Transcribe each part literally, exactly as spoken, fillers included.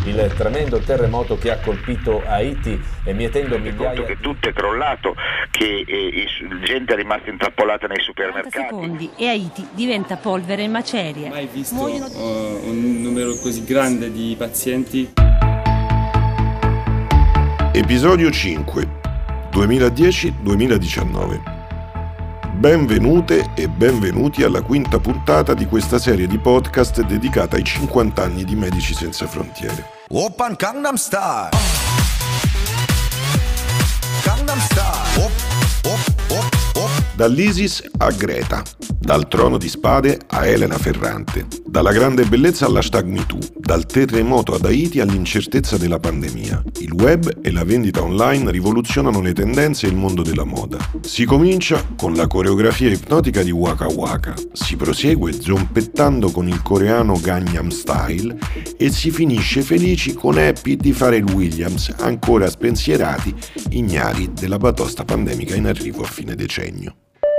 il tremendo terremoto che ha colpito Haiti e mietendo migliaia che tutto è crollato, che eh, gente è rimasta intrappolata nei supermercati. Secondi e Haiti diventa polvere e macerie. Mai visto Muoiono... uh, un numero così grande di pazienti. Episodio cinque, duemiladieci duemiladiciannove. Benvenute e benvenuti alla quinta puntata di questa serie di podcast dedicata ai cinquanta anni di Medici Senza Frontiere. Oppan Gangnam Style. Gangnam Style. Op, op, op, op. Dall'ISIS a Greta, dal Trono di Spade a Elena Ferrante, dalla grande bellezza all'hashtag MeToo, dal terremoto ad Haiti all'incertezza della pandemia. Il web e la vendita online rivoluzionano le tendenze e il mondo della moda. Si comincia con la coreografia ipnotica di Waka Waka, si prosegue zompettando con il coreano Gangnam Style e si finisce felici con Happy di Pharrell Williams, ancora spensierati, ignari della batosta pandemica in arrivo a fine decennio.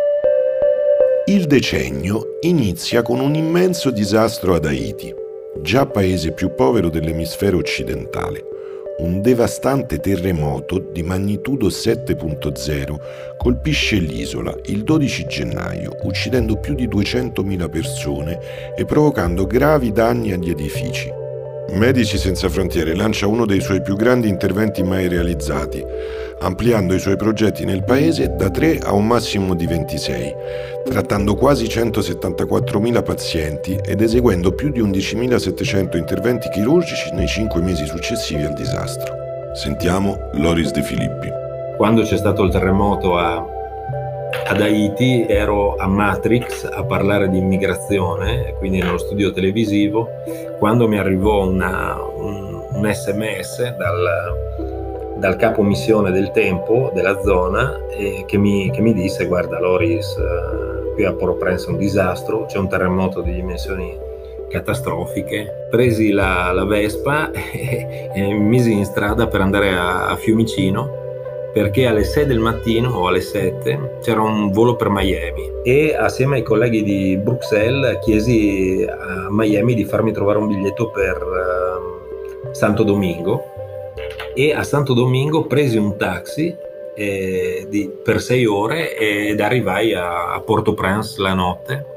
Il decennio inizia con un immenso disastro ad Haiti, già paese più povero dell'emisfero occidentale. Un devastante terremoto di magnitudo sette virgola zero colpisce l'isola il dodici gennaio, uccidendo più di duecentomila persone e provocando gravi danni agli edifici. Medici Senza Frontiere lancia uno dei suoi più grandi interventi mai realizzati, ampliando i suoi progetti nel paese da tre a un massimo di ventisei, trattando quasi centosettantaquattromila pazienti ed eseguendo più di undicimilasettecento interventi chirurgici nei cinque mesi successivi al disastro. Sentiamo Loris De Filippi. Quando c'è stato il terremoto a, ad Haiti ero a Matrix a parlare di immigrazione, quindi nello studio televisivo, quando mi arrivò una, un, un sms dal, dal capo missione del Tempo della zona eh, che, mi, che mi disse: guarda Loris, eh, qui a Port-au-Prince è un disastro, c'è un terremoto di dimensioni catastrofiche. Presi la, la Vespa e, e mi misi in strada per andare a, a Fiumicino, perché alle sei del mattino o alle sette c'era un volo per Miami e assieme ai colleghi di Bruxelles chiesi a Miami di farmi trovare un biglietto per uh, Santo Domingo, e a Santo Domingo presi un taxi eh, di, per sei ore ed arrivai a, a Port-au-Prince la notte.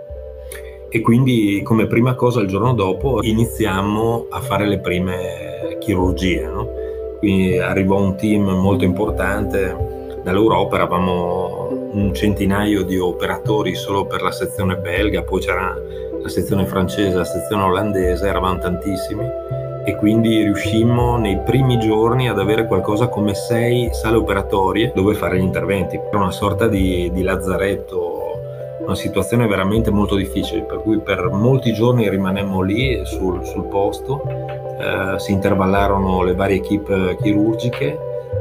E quindi come prima cosa il giorno dopo iniziamo a fare le prime chirurgie, no? Quindi arrivò un team molto importante dall'Europa, eravamo un centinaio di operatori solo per la sezione belga, poi c'era la sezione francese, la sezione olandese, eravamo tantissimi, e quindi riuscimmo nei primi giorni ad avere qualcosa come sei sale operatorie dove fare gli interventi. Era una sorta di, di lazzaretto, una situazione veramente molto difficile, per cui per molti giorni rimanemmo lì sul, sul posto, eh, si intervallarono le varie equip chirurgiche,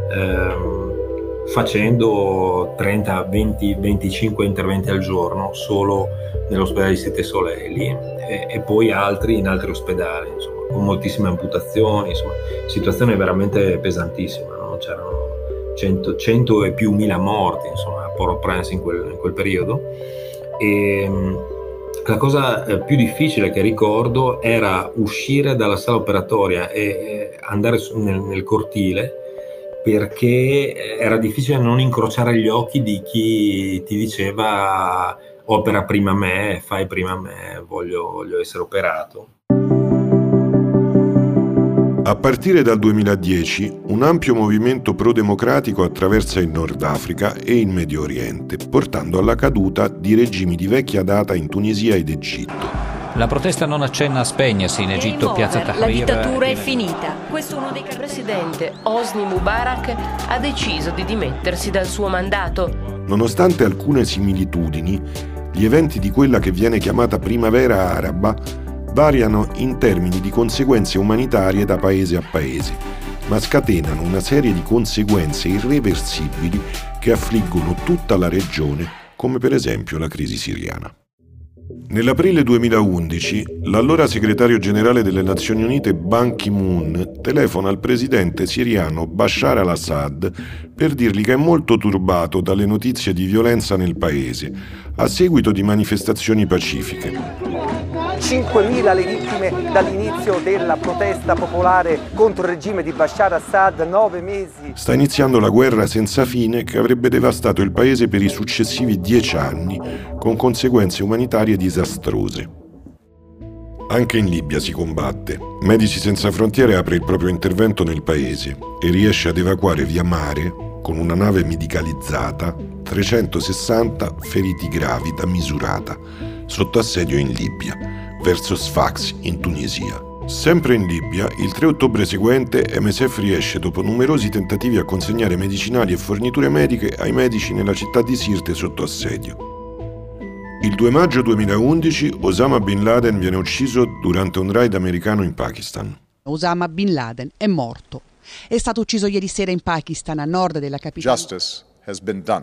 eh, facendo trenta, venti, venticinque interventi al giorno solo nell'ospedale di Cité Soleil lì, e, e poi altri in altri ospedali, insomma, con moltissime amputazioni, insomma, situazione veramente pesantissima, no? C'erano cento, cento e più mila morti, insomma, a Port-au-Prince in quel, in quel periodo. E la cosa più difficile che ricordo era uscire dalla sala operatoria e andare nel, nel cortile, perché era difficile non incrociare gli occhi di chi ti diceva: opera prima me, fai prima me, voglio, voglio essere operato. A partire dal duemiladieci, un ampio movimento pro-democratico attraversa il Nord Africa e il Medio Oriente, portando alla caduta di regimi di vecchia data in Tunisia ed Egitto. La protesta non accenna a spegnersi in Egitto, piazza Tahrir. La dittatura è finita. Questo è uno dei presidente Hosni Mubarak ha deciso di dimettersi dal suo mandato. Nonostante alcune similitudini, gli eventi di quella che viene chiamata primavera araba variano in termini di conseguenze umanitarie da paese a paese, ma scatenano una serie di conseguenze irreversibili che affliggono tutta la regione, come per esempio la crisi siriana. Nell'aprile duemilaundici, l'allora segretario generale delle Nazioni Unite Ban Ki-moon telefona al presidente siriano Bashar al-Assad per dirgli che è molto turbato dalle notizie di violenza nel paese, a seguito di manifestazioni pacifiche. cinquemila le vittime dall'inizio della protesta popolare contro il regime di Bashar Assad, nove mesi. Sta iniziando la guerra senza fine che avrebbe devastato il paese per i successivi dieci anni, con conseguenze umanitarie disastrose. Anche in Libia si combatte. Medici Senza Frontiere apre il proprio intervento nel paese e riesce ad evacuare via mare, con una nave medicalizzata, trecentosessanta feriti gravi da Misurata, sotto assedio in Libia, verso Sfax in Tunisia. Sempre in Libia, il tre ottobre seguente M S F riesce, dopo numerosi tentativi, a consegnare medicinali e forniture mediche ai medici nella città di Sirte sotto assedio. Il due maggio duemilaundici Osama Bin Laden viene ucciso durante un raid americano in Pakistan. Osama Bin Laden è morto. È stato ucciso ieri sera in Pakistan, a nord della capitale. Justice has been done.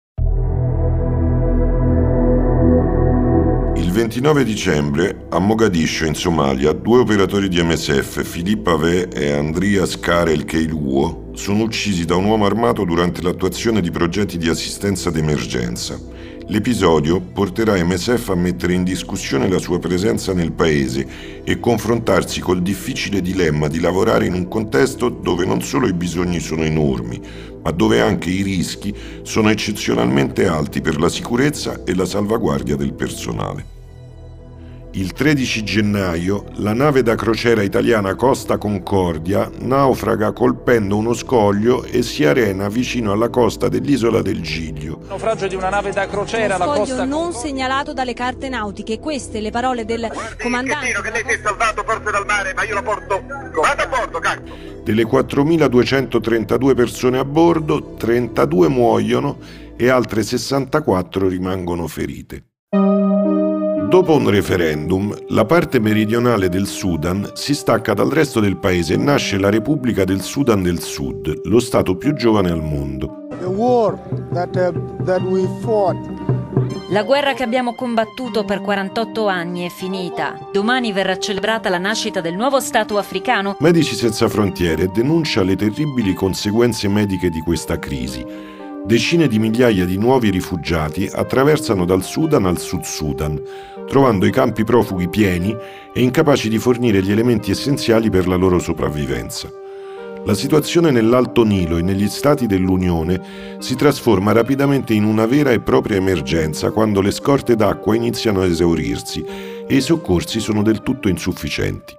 Il ventinove dicembre, a Mogadiscio, in Somalia, due operatori di M S F, Filippo Ave e Andreas Karel Keiluo, sono uccisi da un uomo armato durante l'attuazione di progetti di assistenza d'emergenza. L'episodio porterà M S F a mettere in discussione la sua presenza nel paese e confrontarsi col difficile dilemma di lavorare in un contesto dove non solo i bisogni sono enormi, ma dove anche i rischi sono eccezionalmente alti per la sicurezza e la salvaguardia del personale. Il tredici gennaio la nave da crociera italiana Costa Concordia naufraga colpendo uno scoglio e si arena vicino alla costa dell'isola del Giglio. Naufragio di una nave da crociera alla costa. Scoglio non segnalato dalle carte nautiche. Queste le parole del comandante. Che lei si è salvato forse dal mare, ma io lo porto. Vado a bordo, cazzo. Delle quattromiladuecentotrentadue persone a bordo, trentadue muoiono e altre sessantaquattro rimangono ferite. Dopo un referendum, la parte meridionale del Sudan si stacca dal resto del paese e nasce la Repubblica del Sudan del Sud, lo stato più giovane al mondo. The war that, uh, that we fought. La guerra che abbiamo combattuto per quarantotto anni è finita. Domani verrà celebrata la nascita del nuovo Stato africano. Medici Senza Frontiere denuncia le terribili conseguenze mediche di questa crisi. Decine di migliaia di nuovi rifugiati attraversano dal Sudan al Sud Sudan, trovando i campi profughi pieni e incapaci di fornire gli elementi essenziali per la loro sopravvivenza. La situazione nell'Alto Nilo e negli stati dell'Unione si trasforma rapidamente in una vera e propria emergenza quando le scorte d'acqua iniziano a esaurirsi e i soccorsi sono del tutto insufficienti.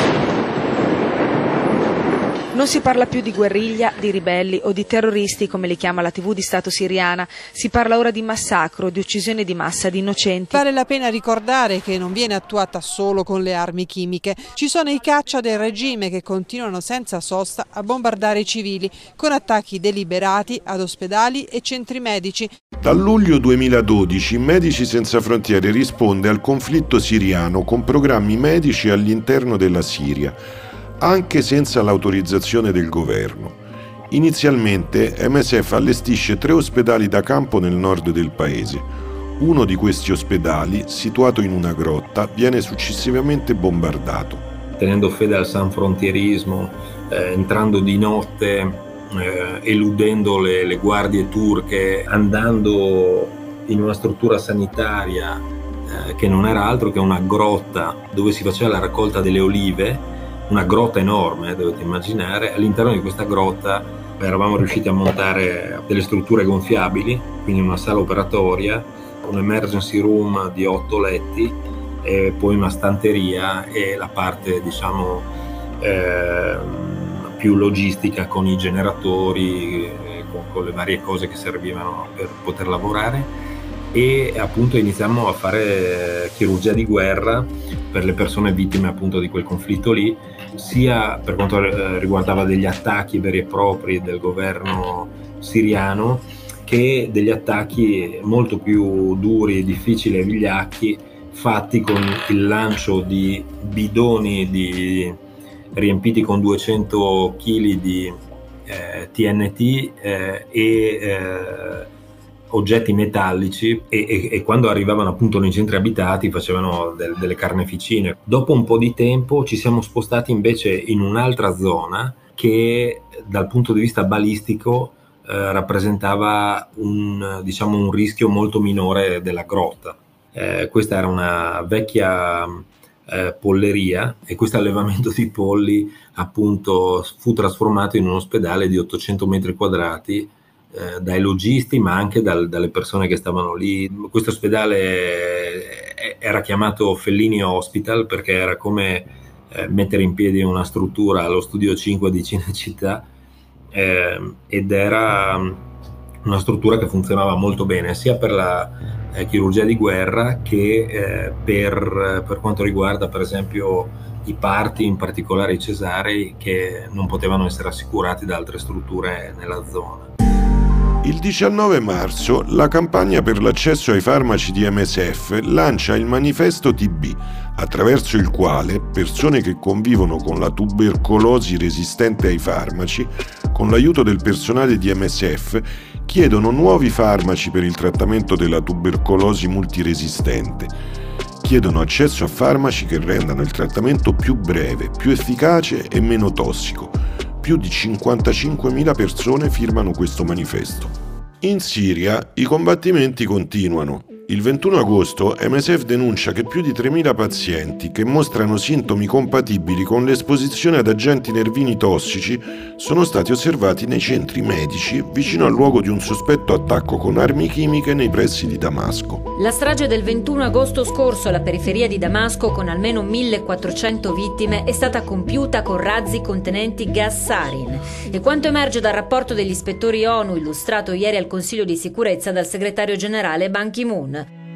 Non si parla più di guerriglia, di ribelli o di terroristi, come li chiama la tivù di Stato siriana. Si parla ora di massacro, di uccisione di massa di innocenti. Vale la pena ricordare che non viene attuata solo con le armi chimiche. Ci sono i caccia del regime che continuano senza sosta a bombardare i civili, con attacchi deliberati ad ospedali e centri medici. Dal luglio duemiladodici Medici Senza Frontiere risponde al conflitto siriano con programmi medici all'interno della Siria, anche senza l'autorizzazione del governo. Inizialmente M S F allestisce tre ospedali da campo nel nord del paese. Uno di questi ospedali, situato in una grotta, viene successivamente bombardato. Tenendo fede al sanfrontierismo, eh, entrando di notte, eh, eludendo le, le guardie turche, andando in una struttura sanitaria eh, che non era altro che una grotta dove si faceva la raccolta delle olive, una grotta enorme, dovete immaginare. All'interno di questa grotta eravamo riusciti a montare delle strutture gonfiabili, quindi una sala operatoria, un emergency room di otto letti e poi una stanteria e la parte, diciamo, eh, più logistica con i generatori, con, con le varie cose che servivano per poter lavorare. E appunto iniziamo a fare chirurgia di guerra per le persone vittime appunto di quel conflitto lì, sia per quanto riguardava degli attacchi veri e propri del governo siriano che degli attacchi molto più duri, difficili e vigliacchi fatti con il lancio di bidoni di, riempiti con duecento chili di eh, T N T eh, e eh, oggetti metallici e, e, e quando arrivavano appunto nei centri abitati facevano del, delle carneficine. Dopo un po' di tempo ci siamo spostati invece in un'altra zona che dal punto di vista balistico eh, rappresentava un, diciamo, un rischio molto minore della grotta. Eh, questa era una vecchia eh, polleria, e questo allevamento di polli appunto fu trasformato in un ospedale di ottocento metri quadrati eh, dai logisti, ma anche dal, dalle persone che stavano lì. Questo ospedale era chiamato Fellini Hospital perché era come eh, mettere in piedi una struttura allo Studio cinque di Cinecittà, eh, ed era una struttura che funzionava molto bene sia per la eh, chirurgia di guerra che eh, per, per quanto riguarda per esempio i parti, in particolare i cesarei, che non potevano essere assicurati da altre strutture nella zona. Il diciannove marzo la campagna per l'accesso ai farmaci di M S F lancia il manifesto T B, attraverso il quale persone che convivono con la tubercolosi resistente ai farmaci, con l'aiuto del personale di M S F, chiedono nuovi farmaci per il trattamento della tubercolosi multiresistente. Chiedono accesso a farmaci che rendano il trattamento più breve, più efficace e meno tossico. Più di cinquantacinquemila persone firmano questo manifesto. In Siria i combattimenti continuano. Il ventuno agosto M S F denuncia che più di tremila pazienti che mostrano sintomi compatibili con l'esposizione ad agenti nervini tossici sono stati osservati nei centri medici vicino al luogo di un sospetto attacco con armi chimiche nei pressi di Damasco. La strage del ventuno agosto scorso alla periferia di Damasco, con almeno millequattrocento vittime, è stata compiuta con razzi contenenti gas sarin. E quanto emerge dal rapporto degli ispettori ONU illustrato ieri al Consiglio di sicurezza dal segretario generale Ban Ki-moon.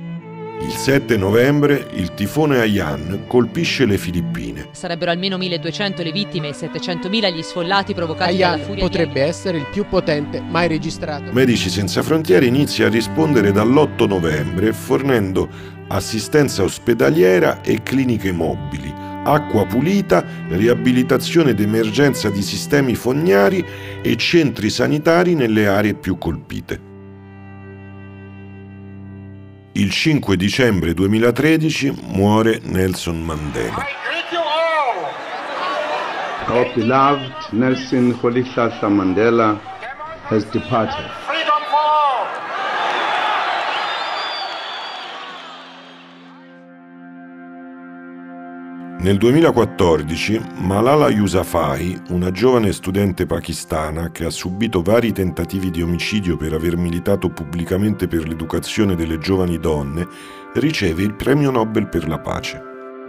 Il sette novembre il tifone Haiyan colpisce le Filippine. Sarebbero almeno milleduecento le vittime e settecentomila gli sfollati provocati Haiyan dalla furia potrebbe di... essere il più potente mai registrato. Medici Senza Frontiere inizia a rispondere dall'otto novembre fornendo assistenza ospedaliera e cliniche mobili, acqua pulita, riabilitazione d'emergenza di sistemi fognari e centri sanitari nelle aree più colpite. Il cinque dicembre duemilatredici muore Nelson Mandela. Our beloved Nelson Rolihlahla Mandela has departed. Nel duemilaquattordici Malala Yousafzai, una giovane studente pakistana che ha subito vari tentativi di omicidio per aver militato pubblicamente per l'educazione delle giovani donne, riceve il premio Nobel per la pace.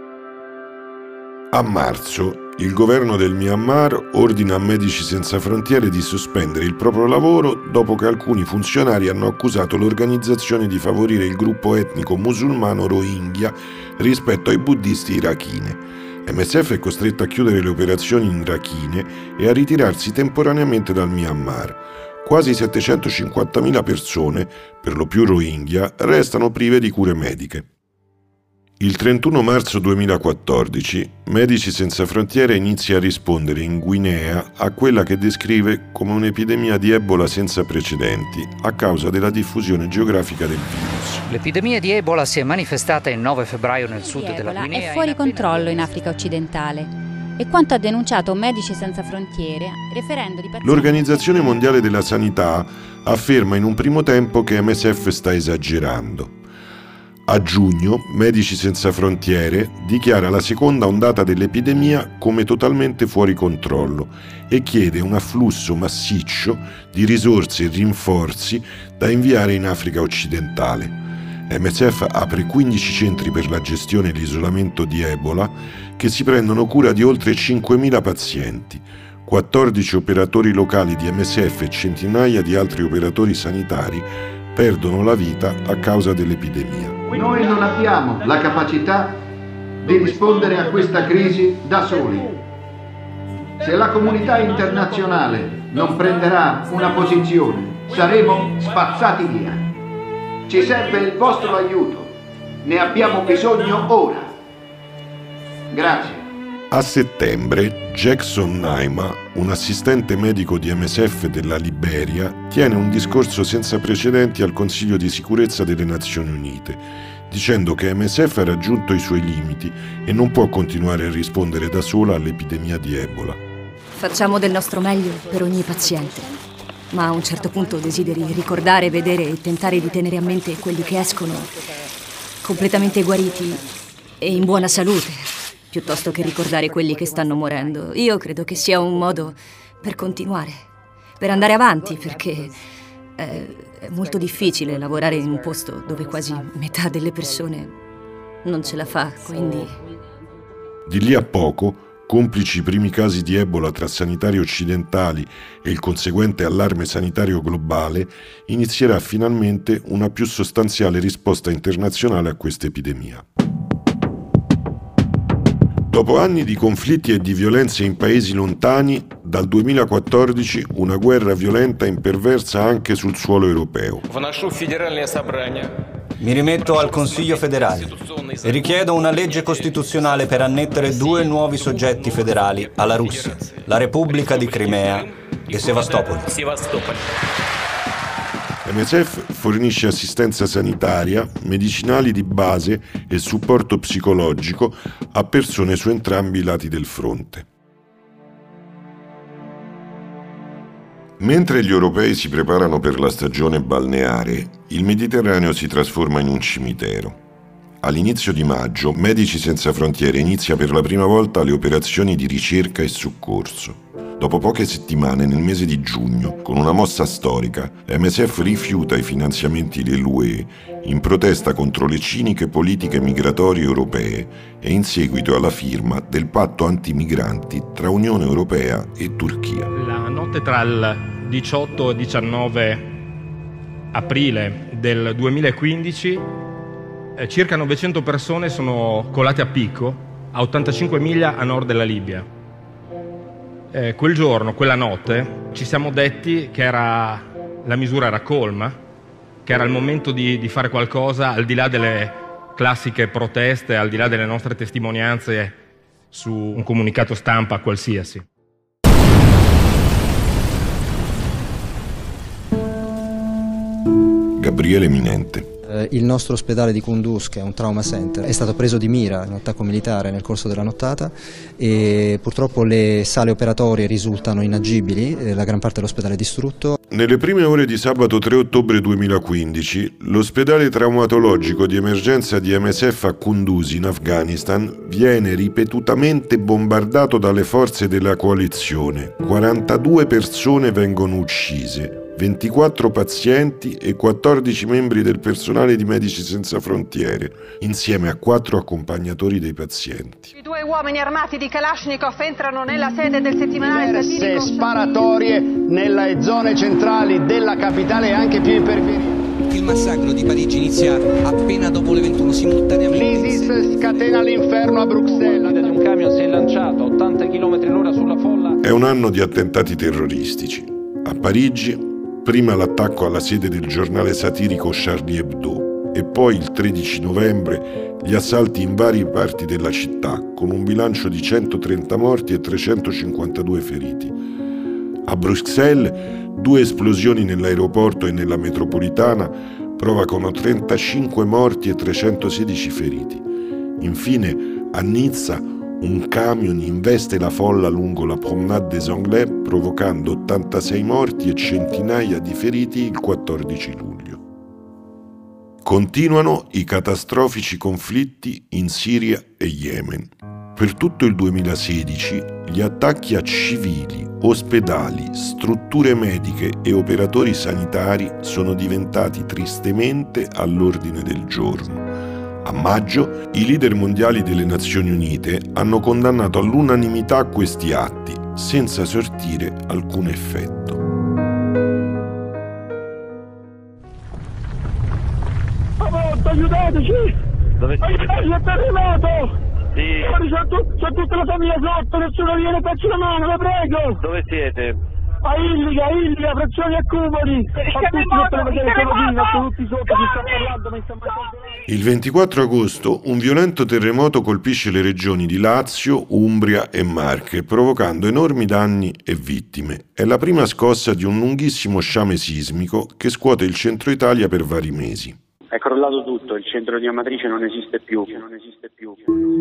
A marzo il governo del Myanmar ordina a Medici Senza Frontiere di sospendere il proprio lavoro dopo che alcuni funzionari hanno accusato l'organizzazione di favorire il gruppo etnico musulmano Rohingya rispetto ai buddisti irachine. M S F è costretto a chiudere le operazioni in Rakhine e a ritirarsi temporaneamente dal Myanmar. Quasi settecentocinquantamila persone, per lo più Rohingya, restano prive di cure mediche. Il trentuno marzo duemilaquattordici Medici Senza Frontiere inizia a rispondere in Guinea a quella che descrive come un'epidemia di Ebola senza precedenti a causa della diffusione geografica del virus. L'epidemia di Ebola si è manifestata il nove febbraio nel sud della Guinea. È fuori controllo in Africa occidentale. E quanto ha denunciato Medici Senza Frontiere, riferendo di pazienti... L'Organizzazione Mondiale della Sanità afferma in un primo tempo che M S F sta esagerando. A giugno, Medici Senza Frontiere dichiara la seconda ondata dell'epidemia come totalmente fuori controllo e chiede un afflusso massiccio di risorse e rinforzi da inviare in Africa occidentale. M S F apre quindici centri per la gestione e l'isolamento di Ebola che si prendono cura di oltre cinquemila pazienti. quattordici operatori locali di M S F e centinaia di altri operatori sanitari perdono la vita a causa dell'epidemia. Noi non abbiamo la capacità di rispondere a questa crisi da soli. Se la comunità internazionale non prenderà una posizione, saremo spazzati via. Ci serve il vostro aiuto. Ne abbiamo bisogno ora. Grazie. A settembre, Jackson Naima, un assistente medico di M S F della Liberia, tiene un discorso senza precedenti al Consiglio di sicurezza delle Nazioni Unite, dicendo che M S F ha raggiunto i suoi limiti e non può continuare a rispondere da sola all'epidemia di Ebola. Facciamo del nostro meglio per ogni paziente, ma a un certo punto desideri ricordare, vedere e tentare di tenere a mente quelli che escono completamente guariti e in buona salute. piuttosto che ricordare quelli che stanno morendo. Io credo che sia un modo per continuare, per andare avanti, perché è, è molto difficile lavorare in un posto dove quasi metà delle persone non ce la fa, quindi... Di lì a poco, complici i primi casi di Ebola tra sanitari occidentali e il conseguente allarme sanitario globale, inizierà finalmente una più sostanziale risposta internazionale a questa epidemia. Dopo anni di conflitti e di violenze in paesi lontani, dal duemilaquattordici una guerra violenta imperversa anche sul suolo europeo. Mi rimetto al Consiglio federale e richiedo una legge costituzionale per annettere due nuovi soggetti federali alla Russia, la Repubblica di Crimea e Sevastopoli. M S F fornisce assistenza sanitaria, medicinali di base e supporto psicologico a persone su entrambi i lati del fronte. Mentre gli europei si preparano per la stagione balneare, il Mediterraneo si trasforma in un cimitero. All'inizio di maggio, Medici Senza Frontiere inizia per la prima volta le operazioni di ricerca e soccorso. Dopo poche settimane, nel mese di giugno, con una mossa storica, M S F rifiuta i finanziamenti dell'U E in protesta contro le ciniche politiche migratorie europee e in seguito alla firma del patto antimigranti tra Unione Europea e Turchia. La notte tra il diciotto e diciannove aprile del duemilaquindici eh, circa novecento persone sono colate a picco a ottantacinque miglia a nord della Libia. Eh, quel giorno, quella notte, ci siamo detti che era, la misura era colma, che era il momento di, di fare qualcosa al di là delle classiche proteste, al di là delle nostre testimonianze su un comunicato stampa qualsiasi. Gabriele Minente. Il nostro ospedale di Kunduz, che è un trauma center, è stato preso di mira in un attacco militare nel corso della nottata e purtroppo le sale operatorie risultano inagibili, la gran parte dell'ospedale è distrutto. Nelle prime ore di sabato tre ottobre duemilaquindici, l'ospedale traumatologico di emergenza di M S F a Kunduz in Afghanistan viene ripetutamente bombardato dalle forze della coalizione. quarantadue persone vengono uccise. ventiquattro pazienti e quattordici membri del personale di Medici Senza Frontiere, insieme a quattro accompagnatori dei pazienti. I due uomini armati di Kalashnikov entrano nella sede del settimanale Diverse satirico... sparatorie nelle zone centrali della capitale e anche più in periferia. Il massacro di Parigi inizia appena dopo le ventuno simultaneamente. L'ISIS scatena l'inferno a Bruxelles. Un camion si è lanciato a ottanta chilometri all'ora sulla folla. È un anno di attentati terroristici. A Parigi, prima l'attacco alla sede del giornale satirico Charlie Hebdo e poi il tredici novembre gli assalti in varie parti della città con un bilancio di centotrenta morti e trecentocinquantadue feriti. A Bruxelles due esplosioni nell'aeroporto e nella metropolitana provocano trentacinque morti e trecentosedici feriti. Infine a Nizza un camion investe la folla lungo la Promenade des Anglais, provocando ottantasei morti e centinaia di feriti il quattordici luglio. Continuano i catastrofici conflitti in Siria e Yemen. Per tutto il duemilasedici gli attacchi a civili, ospedali, strutture mediche e operatori sanitari sono diventati tristemente all'ordine del giorno. A maggio, i leader mondiali delle Nazioni Unite hanno condannato all'unanimità questi atti, senza sortire alcun effetto. Aiutateci! Dove siete? Aiutateci, è terremoto! Sì. C'è, tut- c'è tutta la famiglia sotto, nessuno viene, facci la mano, la prego! Dove siete? A Illica, Illica, Frazioni e Cumoli! A tutti sotto le vedere, sono vivo, tutti sotto, si sta parlando, mi sta mandando... Il ventiquattro agosto un violento terremoto colpisce le regioni di Lazio, Umbria e Marche, provocando enormi danni e vittime. È la prima scossa di un lunghissimo sciame sismico che scuote il centro Italia per vari mesi. È crollato tutto, il centro di Amatrice non esiste più. Non esiste più.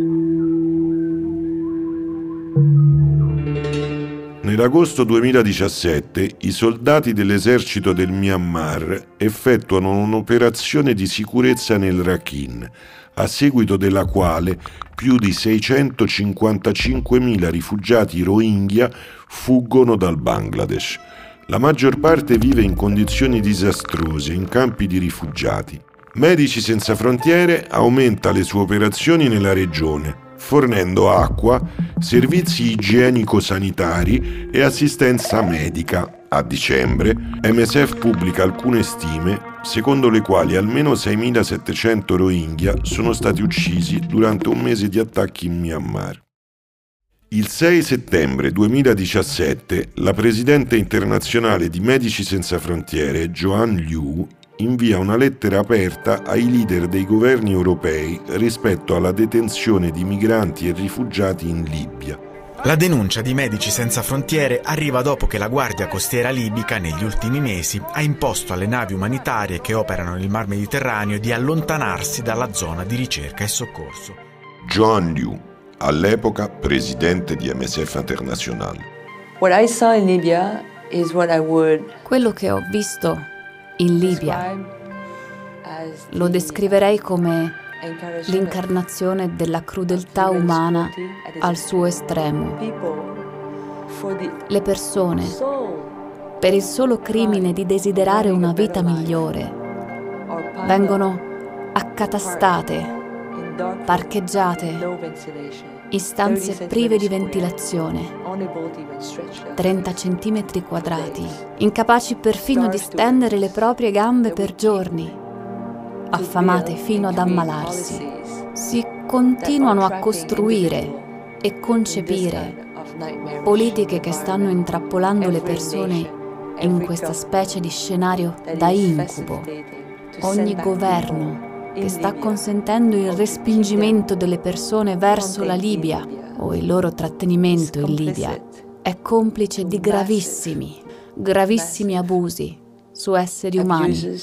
Nell'agosto duemiladiciassette i soldati dell'esercito del Myanmar effettuano un'operazione di sicurezza nel Rakhine, a seguito della quale più di seicentocinquantacinquemila rifugiati Rohingya fuggono dal Bangladesh. La maggior parte vive in condizioni disastrose in campi di rifugiati. Medici Senza Frontiere aumenta le sue operazioni nella regione, fornendo acqua, servizi igienico-sanitari e assistenza medica. A dicembre, M S F pubblica alcune stime secondo le quali almeno seimilasettecento Rohingya sono stati uccisi durante un mese di attacchi in Myanmar. Il sei settembre duemiladiciassette, la presidente internazionale di Medici Senza Frontiere, Joanne Liu, invia una lettera aperta ai leader dei governi europei rispetto alla detenzione di migranti e rifugiati in Libia. La denuncia di Medici Senza Frontiere arriva dopo che la Guardia Costiera libica negli ultimi mesi ha imposto alle navi umanitarie che operano nel Mar Mediterraneo di allontanarsi dalla zona di ricerca e soccorso. Joanne Liu, all'epoca presidente di M S F International. What I saw in Libya is what I would Quello che ho visto in Libia lo descriverei come l'incarnazione della crudeltà umana al suo estremo. Le persone, per il solo crimine di desiderare una vita migliore, vengono accatastate, parcheggiate in stanze prive di ventilazione, trenta centimetri quadrati, incapaci perfino di stendere le proprie gambe per giorni, affamate fino ad ammalarsi. Si continuano a costruire e concepire politiche che stanno intrappolando le persone in questa specie di scenario da incubo. Ogni governo che sta consentendo il respingimento delle persone verso la Libia o il loro trattenimento in Libia è complice di gravissimi, gravissimi abusi su esseri umani.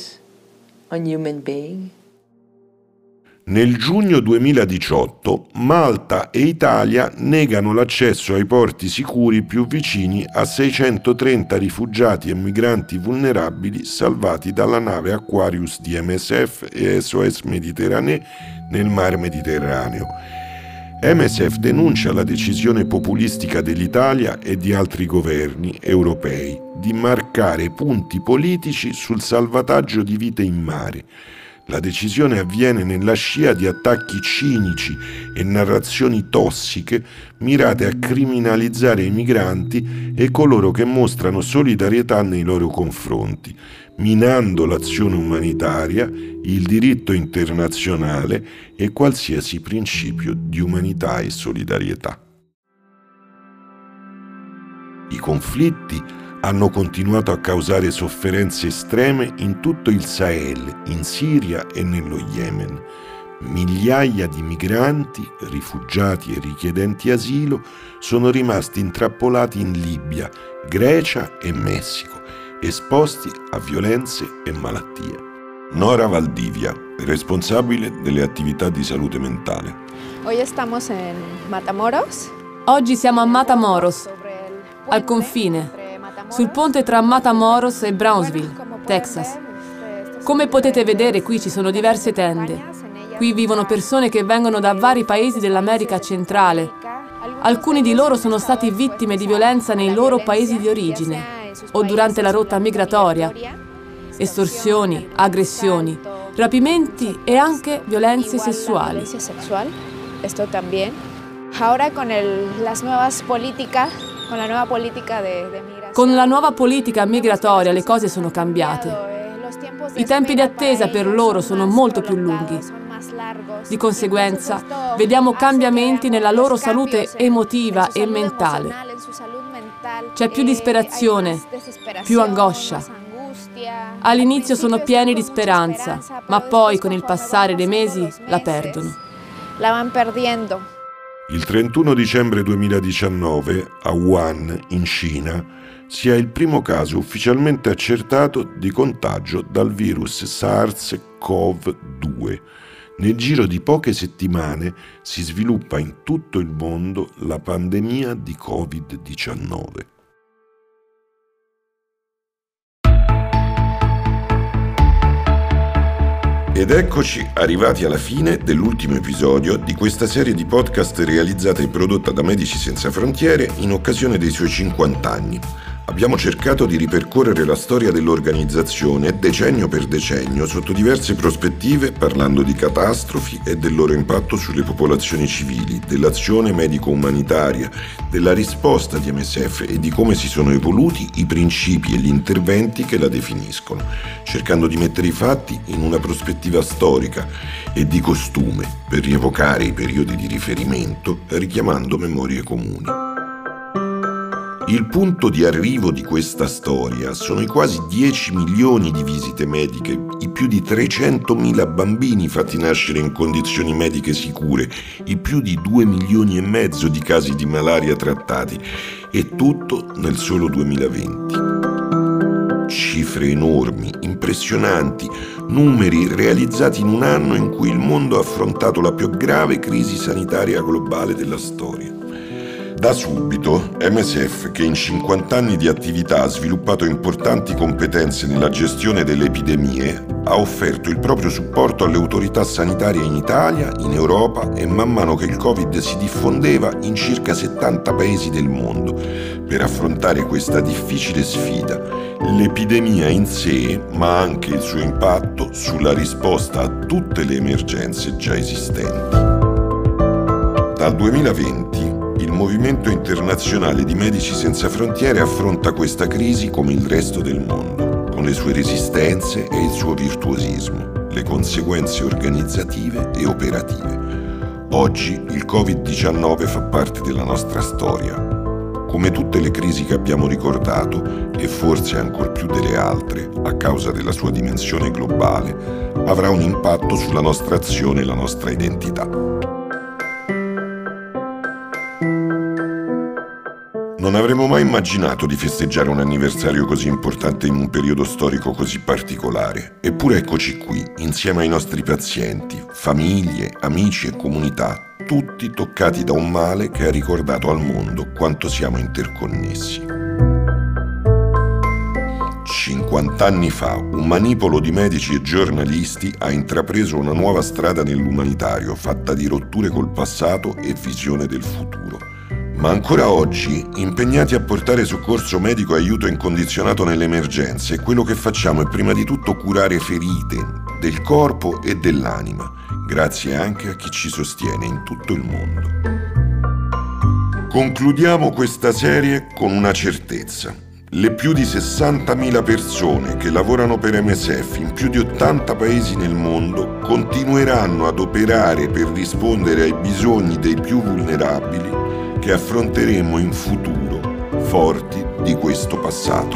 Nel giugno duemiladiciotto Malta e Italia negano l'accesso ai porti sicuri più vicini a seicentotrenta rifugiati e migranti vulnerabili salvati dalla nave Aquarius di M S F e S O S Méditerranée nel Mar Mediterraneo. M S F denuncia la decisione populistica dell'Italia e di altri governi europei di marcare punti politici sul salvataggio di vite in mare. La decisione avviene nella scia di attacchi cinici e narrazioni tossiche mirate a criminalizzare i migranti e coloro che mostrano solidarietà nei loro confronti, minando l'azione umanitaria, il diritto internazionale e qualsiasi principio di umanità e solidarietà. I conflitti hanno continuato a causare sofferenze estreme in tutto il Sahel, in Siria e nello Yemen. Migliaia di migranti, rifugiati e richiedenti asilo sono rimasti intrappolati in Libia, Grecia e Messico, esposti a violenze e malattie. Nora Valdivia, responsabile delle attività di salute mentale. Hoy estamos en Matamoros. Oggi siamo a Matamoros, al confine, sul ponte tra Matamoros e Brownsville, Texas. Come potete vedere, qui ci sono diverse tende. Qui vivono persone che vengono da vari paesi dell'America centrale. Alcuni di loro sono stati vittime di violenza nei loro paesi di origine o durante la rotta migratoria. Estorsioni, aggressioni, rapimenti e anche violenze sessuali. Esto también. Ahora con el, las nuevas políticas, con la nueva política de, de migración. Con la nuova politica migratoria le cose sono cambiate. I tempi di attesa per loro sono molto più lunghi. Di conseguenza, vediamo cambiamenti nella loro salute emotiva e mentale. C'è più disperazione, più angoscia. All'inizio sono pieni di speranza, ma poi con il passare dei mesi la perdono. La van perdiendo. Il trentuno dicembre duemiladiciannove, a Wuhan, in Cina, si ha il primo caso ufficialmente accertato di contagio dal virus SARS-CoV due. Nel giro di poche settimane si sviluppa in tutto il mondo la pandemia di covid diciannove. Ed eccoci arrivati alla fine dell'ultimo episodio di questa serie di podcast realizzata e prodotta da Medici Senza Frontiere in occasione dei suoi cinquanta anni. Abbiamo cercato di ripercorrere la storia dell'organizzazione decennio per decennio sotto diverse prospettive, parlando di catastrofi e del loro impatto sulle popolazioni civili, dell'azione medico-umanitaria, della risposta di M S F e di come si sono evoluti i principi e gli interventi che la definiscono, cercando di mettere i fatti in una prospettiva storica e di costume per rievocare i periodi di riferimento, richiamando memorie comuni. Il punto di arrivo di questa storia sono i quasi dieci milioni di visite mediche, i più di trecentomila bambini fatti nascere in condizioni mediche sicure, i più di due milioni e mezzo di casi di malaria trattati, e tutto nel solo duemilaventi. Cifre enormi, impressionanti, numeri realizzati in un anno in cui il mondo ha affrontato la più grave crisi sanitaria globale della storia. Da subito M S F, che in cinquanta anni di attività ha sviluppato importanti competenze nella gestione delle epidemie, ha offerto il proprio supporto alle autorità sanitarie in Italia, in Europa e man mano che il Covid si diffondeva in circa settanta paesi del mondo, per affrontare questa difficile sfida, l'epidemia in sé, ma anche il suo impatto sulla risposta a tutte le emergenze già esistenti. Dal duemilaventi il Movimento Internazionale di Medici Senza Frontiere affronta questa crisi come il resto del mondo, con le sue resistenze e il suo virtuosismo, le conseguenze organizzative e operative. Oggi il covid diciannove fa parte della nostra storia. Come tutte le crisi che abbiamo ricordato, e forse ancor più delle altre, a causa della sua dimensione globale, avrà un impatto sulla nostra azione e la nostra identità. Non avremmo mai immaginato di festeggiare un anniversario così importante in un periodo storico così particolare. Eppure eccoci qui, insieme ai nostri pazienti, famiglie, amici e comunità, tutti toccati da un male che ha ricordato al mondo quanto siamo interconnessi. cinquanta anni fa, un manipolo di medici e giornalisti ha intrapreso una nuova strada nell'umanitario, fatta di rotture col passato e visione del futuro. Ma ancora oggi, impegnati a portare soccorso medico e aiuto incondizionato nelle emergenze, quello che facciamo è prima di tutto curare ferite del corpo e dell'anima, grazie anche a chi ci sostiene in tutto il mondo. Concludiamo questa serie con una certezza. Le più di sessantamila persone che lavorano per M S F in più di ottanta paesi nel mondo continueranno ad operare per rispondere ai bisogni dei più vulnerabili che affronteremo in futuro, forti di questo passato.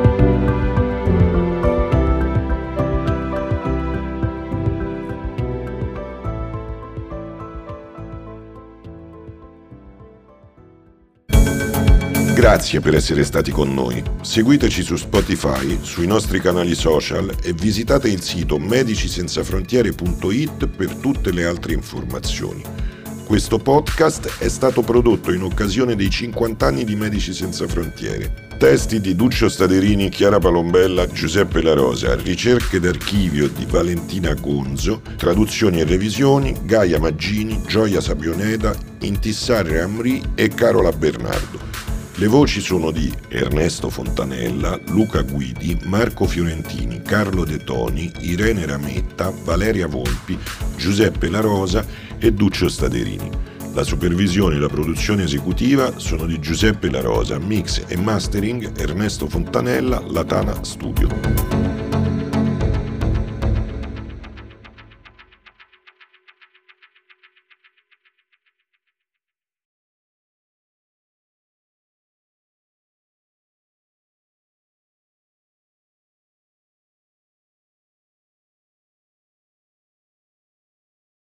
Grazie per essere stati con noi. Seguiteci su Spotify, sui nostri canali social e visitate il sito medici senza frontiere punto it per tutte le altre informazioni. Questo podcast è stato prodotto in occasione dei cinquanta anni di Medici Senza Frontiere. Testi di Duccio Staderini, Chiara Palombella, Giuseppe La Rosa, ricerche d'archivio di Valentina Gonzo, traduzioni e revisioni Gaia Maggini, Gioia Sapioneda, Intissar Amri e Carola Bernardo. Le voci sono di Ernesto Fontanella, Luca Guidi, Marco Fiorentini, Carlo De Toni, Irene Rametta, Valeria Volpi, Giuseppe La Rosa e Duccio Staderini. La supervisione e la produzione esecutiva sono di Giuseppe La Rosa, mix e mastering Ernesto Fontanella, Latana Studio.